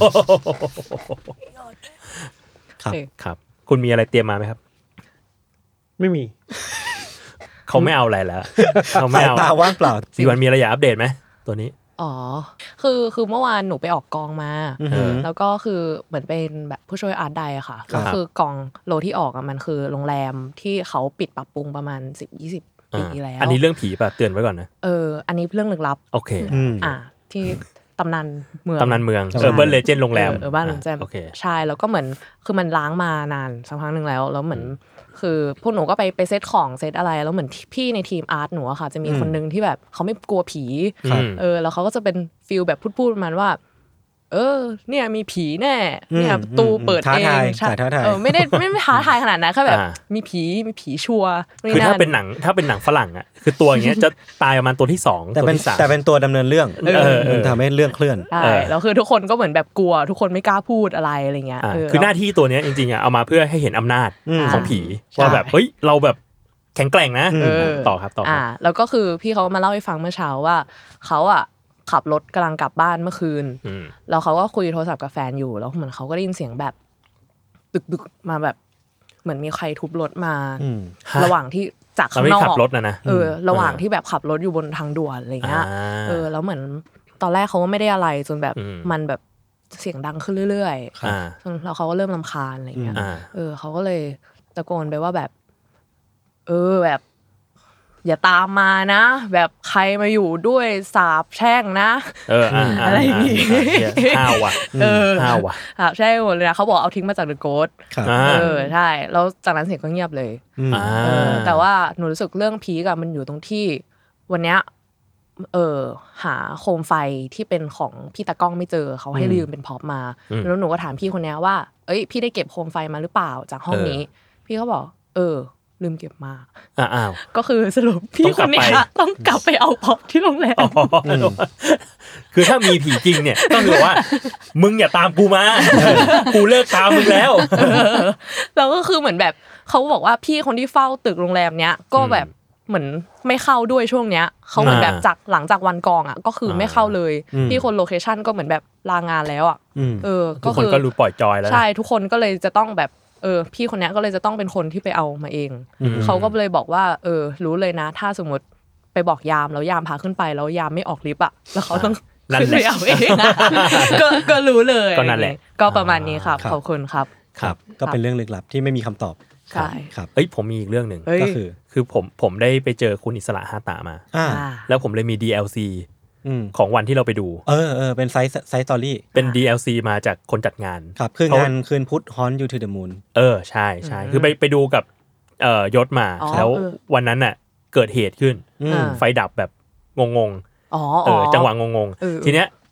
ครับครับคุณมีอะไรเตรียมมาไหมครับไม่มีเขาไม่เอาอะไรแล้วเขาไม่เอาตาว่างเปล่าสี่วันมีอะไรอยากอัปเดตไหมตัวนี้อ๋อคือคือเมื่อวานหนูไปออกกองมาแล้วก็คือเหมือนเป็นแบบผู้ช่วยอาร์ตไดอะค่ะก็คือกองโลที่ออกอะมันคือโรงแรมที่เขาปิดปรับปรุงประมาณสิบ ยี่สิบปีแล้วอันนี้เรื่องผีป่ะเตือนไว้ก่อนนะเอออันนี้เรื่องลึกลับโอเคอ่าที่ตำนานเมืองตำนานเมืองเออเบิร์นเลเจนด์โรงแรมเออบ้านเลเจนด์ใช่แล้วก็เหมือนคือมันล้างมานานสักพักนึงแล้วแล้วเหมือนคือพวกหนูก็ไปไปเซตของเซตอะไรแล้วเหมือนพี่ในทีมอาร์ตหนูอะค่ะจะมีคนนึงที่แบบเขาไม่กลัวผีเออแล้วเขาก็จะเป็นฟีลแบบพูดๆประมาณว่าเออเนี่ยมีผีแน่เนี่ยประตูเปิดเองเออไม่ได้ไม่ไม่ท้าทายขนาดนั้นแค่แบบมีผีมีผีชัวร์คือถ้าเป็นหนังถ้าเป็นหนังฝรั่งอ่ะคือตัวอย่างเงี้ยจะตายประมาณตัวที่สองตัวที่สามแต่เป็นตัวดำเนินเรื่องมันทำให้เรื่องเคลื่อนใช่แล้วคือทุกคนก็เหมือนแบบกลัวทุกคนไม่กล้าพูดอะไรอะไรเงี้ยคือหน้าที่ตัวเนี้ยจริงๆอ่ะเอามาเพื่อให้เห็นอำนาจของผีว่าแบบเฮ้ยเราแบบแข็งแกร่งนะต่อครับต่ออ่าแล้วก็คือพี่เขามาเล่าให้ฟังเมื่อเช้าว่าเขาอ่ะขับรถกำลังกลับบ้านเมื่อคืนแล้วเขาก็คุยโทรศัพท์กับแฟนอยู่แล้วเหมือนเขาก็ได้ยินเสียงแบบตึกๆมาแบบเหมือนมีใครทุบรถมาระหว่างที่จากข้างนอกขับรถนะนะเออระหว่างที่แบบขับรถอยู่บนทางด่วนอะไรเงี้ยเออแล้วเหมือนตอนแรกเขาก็ไม่ได้อะไรจนแบบมันแบบเสียงดังขึ้นเรื่อยๆจนแล้วเขาก็เริ่มรำคาญอะไรเงี้ยเออเขาก็เลยตะโกนไปว่าแบบเออแบบอย่าตามมานะแบบใครมาอยู่ด้วยสาบแช่งนะเอออะไรอย่างงี้ห้าวว่ะเออห้าวว่ะสาบแช่งหมดเลยนะเขาบอกเอาทิ้งมาจากเดอะโกสต์เออใช่แล้วจากนั้นเสียงก็เงียบเลยเออแต่ว่าหนูรู้สึกเรื่องผีกับมันอยู่ตรงที่วันเนี้ยเออหาโคมไฟที่เป็นของพี่ตากล้องไม่เจอเขาให้ลืมเป็นพ็อปมาแล้วหนูก็ถามพี่คนนี้ว่าเอ้ยพี่ได้เก็บโคมไฟมาหรือเปล่าจากห้องนี้พี่เขาบอกเออลืมเก็บมาอ้าวก็คือสรุปพี่คนนี้ต้องกลับไปเอาพ็อปที่โรงแรมคือถ้ามีผีจริงเนี่ยต้องบอกว่ามึงอย่าตามกูมากูเลิกตามมึงแล้วแล้วก็คือเหมือนแบบเขาบอกว่าพี่คนที่เฝ้าตึกโรงแรมเนี้ยก็แบบเหมือนไม่เข้าด้วยช่วงเนี้ยเขาเหมือนแบบจากหลังจากวันกองอ่ะก็คือไม่เข้าเลยที่คนโลเคชั่นก็เหมือนแบบลางานแล้วอ่ะเออทุกคนก็รู้ปล่อยจอยแล้วใช่ทุกคนก็เลยจะต้องแบบเออพี่คนนี้ก็เลยจะต้องเป็นคนที่ไปเอามาเองเขาก็เลยบอกว่าเออรู้เลยนะถ้าสมมติไปบอกยามแล้วยามพาขึ้นไปแล้วยามไม่ออกลิฟต์อ่ะแล้วเขาต้องขึ้นไปเอาเองก็ก็รู้เลยก็นั่นแหละก็ประมาณนี้ครับขอบคุณครับครับก็เป็นเรื่องลึกลับที่ไม่มีคำตอบใช่ครับเอ้ยผมมีอีกเรื่องนึงก็คือคือผมผมได้ไปเจอคุณอิสระฮาตะมาแล้วผมเลยมี ดี แอล ซีของวันที่เราไปดูเออเออเป็นไซส์ไซส์สตอรี่เป็น ดี แอล ซี มาจากคนจัดงานครับคืองานคืนพุธ Haunt You to the Moon เออใช่ใช่คือไปไปดูกับเอ่อยศมาแล้ววันนั้นน่ะเกิดเหตุขึ้นไฟดับแบบงงๆเออจังหวะงงๆทีเนี้ย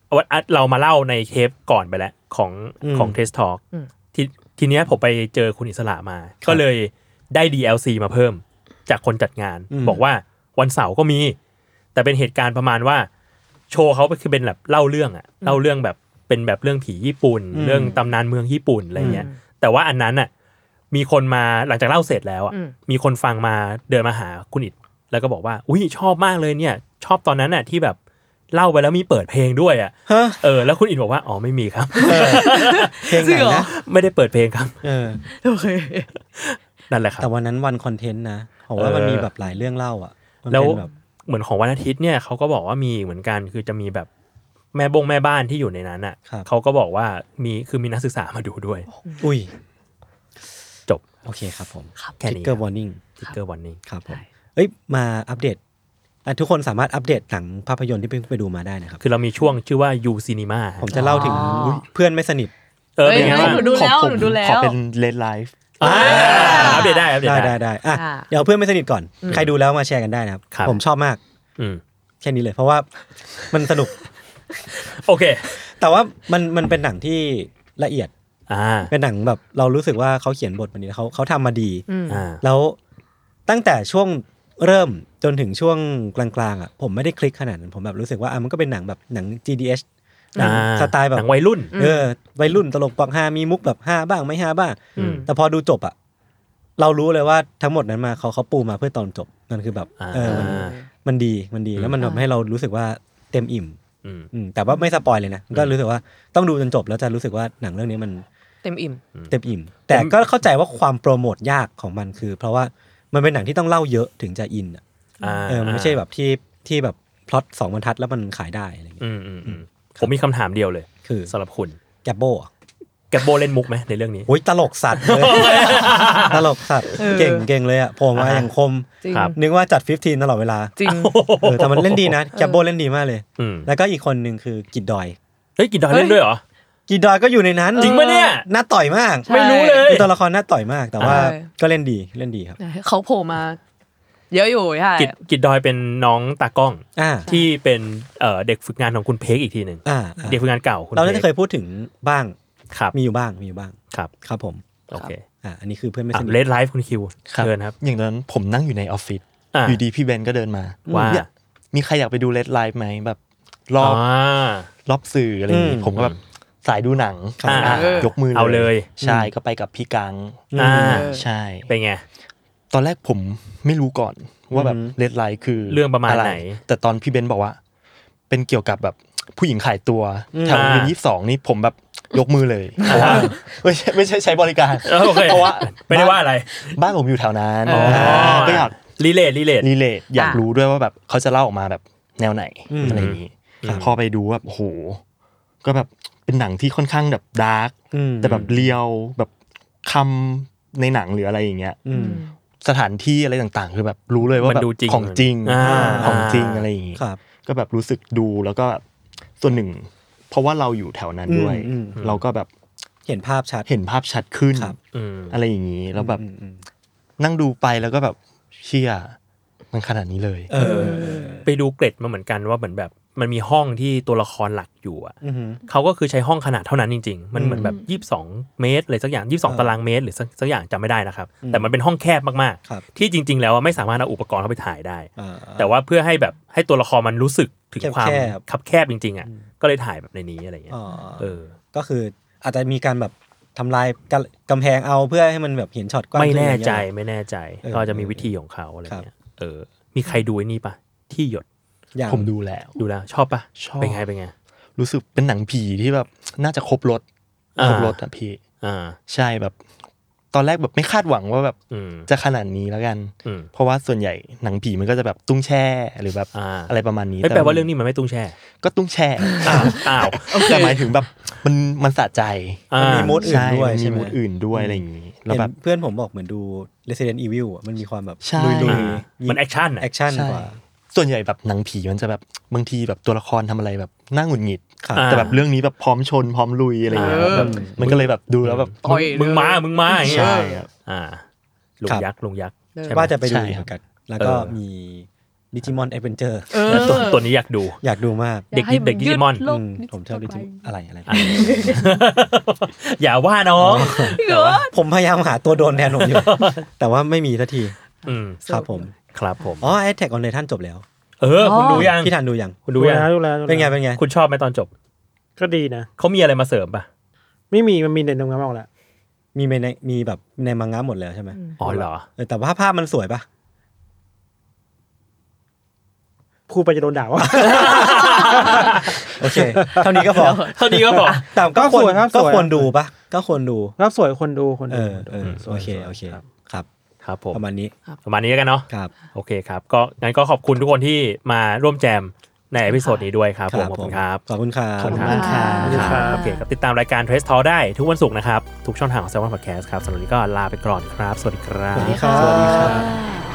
เรามาเล่าในเทปก่อนไปแล้วของของ Test Talk ทีทีเนี้ยผมไปเจอคุณอิสระมาก็เลยได้ ดี แอล ซี มาเพิ่มจากคนจัดงานบอกว่าวันเสาร์ก็มีแต่เป็นเหตุการณ์ประมาณว่าโชว์เขาคือเป็นแบบเล่าเรื่องอะเล่าเรื่องแบบเป็นแบบเรื่องผีญี่ปุ่นเรื่องตำนานเมืองญี่ปุ่นอะไรเงี้ยแต่ว่าอันนั้นอ่ะมีคนมาหลังจากเล่าเสร็จแล้วอ่ะมีคนฟังมาเดินมาหาคุณอิฐแล้วก็บอกว่าอุ้ยชอบมากเลยเนี่ยชอบตอนนั้นน่ะที่แบบเล่าไปแล้วมีเปิดเพลงด้วยอ่ะเออแล้วคุณอิฐบอกว่าอ๋อไม่มีครับเพลงไหนนะไม่ได้เปิดเพลงครับเออโอเคนั่นแหละครับแต่วันนั้นวันคอนเทนต์นะผมว่ามันมีแบบหลายเรื่องเล่าอ่ะแล้วเหมือนของวันอาทิตย์เนี่ยเขาก็บอกว่ามีเหมือนกันคือจะมีแบบแม่บงแม่บ้านที่อยู่ในนั้นอ่ะเขาก็บอกว่ามีคือมีนักศึกษามาดูด้วยอุ้ยจบโอเคครับผมแค่นี้ Trigger Warning Trigger Warning ครับผมเอ้ยมาอัปเดตทุกคนสามารถอัปเดตหนังภาพยนตร์ที่เพิ่งไปดูมาได้นะครับคือเรามีช่วงชื่อว่า You Cinema ผมจะเล่าถึงเพื่อนไม่สนิทเออเป็นไงบ้างหนูดูแล้วหนูดูแล้วขอเป็น Red Life อัปเดตได้อัปเดตได้ได้อ่ะเดี๋ยวเพื่อนไม่สนิทก่อนใครดูแล้วมาแชร์กันได้นะครับผมชอบมากแค่นี้เลยเพราะว่ามันสนุกโอเคแต่ว่ามันมันเป็นหนังที่ละเอียดอ่าเป็นหนังแบบเรารู้สึกว่าเขาเขียนบทมาดีเขาเขาทำมาดีอ่าแล้วตั้งแต่ช่วงเริ่มจนถึงช่วงกลางๆอ่ะผมไม่ได้คลิกขนาดนั้นผมแบบรู้สึกว่าอ่ะมันก็เป็นหนังแบบหนัง จี ดี เอช หนังสไตล์แบบหนังวัยรุ่นเออวัยรุ่นตลกปอกฮามีมุกแบบฮาบ้างไม่ฮาบ้างแต่พอดูจบอ่ะเรารู้เลยว่าทั้งหมดนั้นมาเขาเขาปูมาเพื่อตอนจบนั่นคือแบบเออมันมันดีมันดีแล้วมันทำให้เรารู้สึกว่าเต็มอิ่มแต่ว่าไม่สปอยเลยนะก็รู้สึกว่าต้องดูจนจบแล้วจะรู้สึกว่าหนังเรื่องนี้มันเต็มอิ่มเต็มอิ่มแต่ก็เข้าใจว่าความโปรโมทยากของมันคือเพราะว่ามันเป็นหนังที่ต้องเล่าเยอะถึงจะอินอ่ะเออมันไม่ใช่แบบที่ที่แบบพล็อตสองบรรทัดแล้วมันขายได้อะไรอย่างเงี้ยผมมีคำถามเดียวเลยคือสำหรับคุณแกบโบแกบโบเล่นมุกไหมในเรื่องนี้โอ้ยตลกสัตว์เลยตลกสัตว์เก่งเก่งเลยอ่ะผมว่าอย่างคมนึกว่าจัดสิบห้าตลอดเวลาจริงเออแต่มันเล่นดีนะแกบโบเล่นดีมากเลยแล้วก็อีกคนนึงคือกิดดอยเฮ้ยกิดดอยเล่นด้วยเหรอกิดดอยก็อยู่ในนั้นจริงปะเนี่ยน่าต่อยมากไม่รู้เลยตัวละครน่าต่อยมากแต่ว่าก็เล่นดีเล่นดีครับเขาโผล่มาเยอะอยู่ใช่กิดกิดดอยเป็นน้องตากล้องที่เป็นเด็กฝึกงานของคุณเพกอีกทีนึงเด็กฝึกงานเก่าเราได้เคยพูดถึงบ้างครับมีอยู่บ้างมีอยู่บ้างครับครับผมโอเคอ่าอันนี้คือเพื่อนไม่สนิท Red Life คุณคิวเชิญครับอย่างนั้นผมนั่งอยู่ในออฟฟิศอยู่ดีพี่เบนก็เดินมาว่ามีใครอยากไปดู Red Life ไหมแบบรอบรอบสื่ออะไรอย่างงี้ผมก็แบบสายดูหนังยกมือเอาเลยใช่ก็ไปกับพี่กังใช่เป็นไงตอนแรกผมไม่รู้ก่อนว่าแบบ Red Life คือเรื่องประมาณไหนแต่ตอนพี่เบนบอกว่าเป็นเกี่ยวกับแบบผู้หญิงขายตัวแถวเดือนยี่สิบสองนี่ผมแบบยกมือเลยเพราะว่าไม่ใช่ไม่ใช่ใช้บริการเพราะว่าไม่ได้ว่าอะไรบ้านผมอยู่แถวนั้นก็อยากรีเลทรีเลทรีเลทอยากรู้ด้วยว่าแบบเขาจะเล่าออกมาแบบแนวไหนอะไรอย่างนี้พอไปดูแบบโหก็แบบเป็นหนังที่ค่อนข้างแบบดาร์กแต่แบบเรียวแบบคำในหนังหรืออะไรอย่างเงี้ยสถานที่อะไรต่างๆคือแบบรู้เลยว่าแบบของจริงของจริงอะไรอย่างงี้ก็แบบรู้สึกดูแล้วก็ส่วนหนึ่งเพราะว่าเราอยู่แถวนั้นด้วยเราก็แบบเห็นภาพชัดเห็นภาพชัดขึ้นอะไรอย่างนี้แล้วแบบนั่งดูไปแล้วก็แบบเชี่ยมันขนาดนี้เลยเออไปดูเกร็ดมาเหมือนกันว่าเหมือนแบบมันมีห้องที่ตัวละครหลักอยู่อ่ะเขาก็คือใช้ห้องขนาดเท่านั้นจริงๆมันเหมือนแบบยี่สิบสองเมตรอะไรสักอย่างยี่สิบสองตารางเมตรหรือสักอย่างจำไม่ได้นะครับแต่มันเป็นห้องแคบมากๆที่จริงๆแล้วไม่สามารถเอาอุปกรณ์เข้าไปถ่ายได้แต่ว่าเพื่อให้แบบให้ตัวละครมันรู้สึกถึงความคับแคบจริงๆอ่ะก็เลยถ่ายแบบในนี้อะไรเงี้ยเออก็คืออาจจะมีการแบบทำลายกำแพงเอาเพื่อให้มันแบบเห็นช็อตกว้างไม่แน่ใจไม่แน่ใจก็จะมีวิธีของเขาอะไรเงี้ยเออมีใครดูไอ้นี่ปะที่หยดผมดูแล้วดูแล้วชอบปะชอบเป็นไงเป็นไงรู้สึกเป็นหนังผีที่แบบน่าจะครบรสครบรสอ่ะพี่อ่าใช่แบบตอนแรกแบบไม่คาดหวังว่าแบบจะขนาดนี้แล้วกันเพราะว่าส่วนใหญ่หนังผีมันก็จะแบบตุ้งแช่หรือแบบอะไรประมาณนี้ไม่แปลว่าเรื่องนี้มันไม่ตุ้งแช่ก็ตุ้งแช่อ้าวแต่หมายถึงแบบมันมันสะใจมันมีมูดอื่นด้วยมีมูดอื่นด้วยอะไรอย่างนี้แล้วแบบเพื่อนผมบอกเหมือนดู Resident Evil อ่ะมันมีความแบบลุยๆมันแอคชั่นแอคชั่นกว่าส่วนใหญ่แบบหนังผีมันจะแบบบางทีแบบตัวละครทำอะไรแบบน่าหงุดหงิดแต่แบบเรื่องนี้แบบพร้อมชนพร้อมลุยอะไรอย่างเงี้ยแบบมันก็เลยแบบดูแล้วแบบมึงมามึงมาอย่างเงี้ยใช่อ่าลุงยักษ์ลุงยักษ์ว่าจะไปดูเหมือนกันแล้วก็มีดิจิมอนแอดเวนเจอร์ตัวตัวนี้อยากดูอยากดูมากเด็กเด็กดิจิมอนอืมผมชอบดิจิอะไรอะไรอย่าว่าน้องผมพยายามหาตัวโดนแทนผมอยู่ แต่ว่าไม่มีสักทีอืมครับผมครับผมอ๋อ Attack on Titan จบแล้วเออคุณดูยังพี่ทันดูยังคุณดูยังดูแล้วเป็นไงเป็นไงคุณชอบไหมตอนจบก็ดีนะเขามีอะไรมาเสริมป่ะไม่มีมันมีในนงงามเอาแล้วมีในมีแบบในมังงะหมดแล้วใช่ไหมอ๋อเหรอเออแต่ว่าภาพมันสวยปะพูดไปจะโดนด่าว่าโอเคเท่านี้ก็พอเท่านี้ก็พอแต่ก็ควรก็ควรดูปะก็ควรดูภาพสวยคนดูคนเอดูอเออโอเคโอเคครับครับผมประมาณนี้ประมาณนี้แล้วกันเนาะครับโอเคครับก็งั้นก็ขอบคุณทุกคนที่มาร่วมแจมในเอพิโซดนี้ด้วยครับผมขอบคุณครับขอบคุณครับขอบคุณมากค่ะครับโอเคครับติดตามรายการ Trace Talk ได้ทุกวันศุกร์นะครับทุกช่องทางของ Salmon Podcast ครับสำหรับวันนี้ก็ลาไปก่อนครับสวัสดีครับสวัสดีครับสวัสดีค่ะ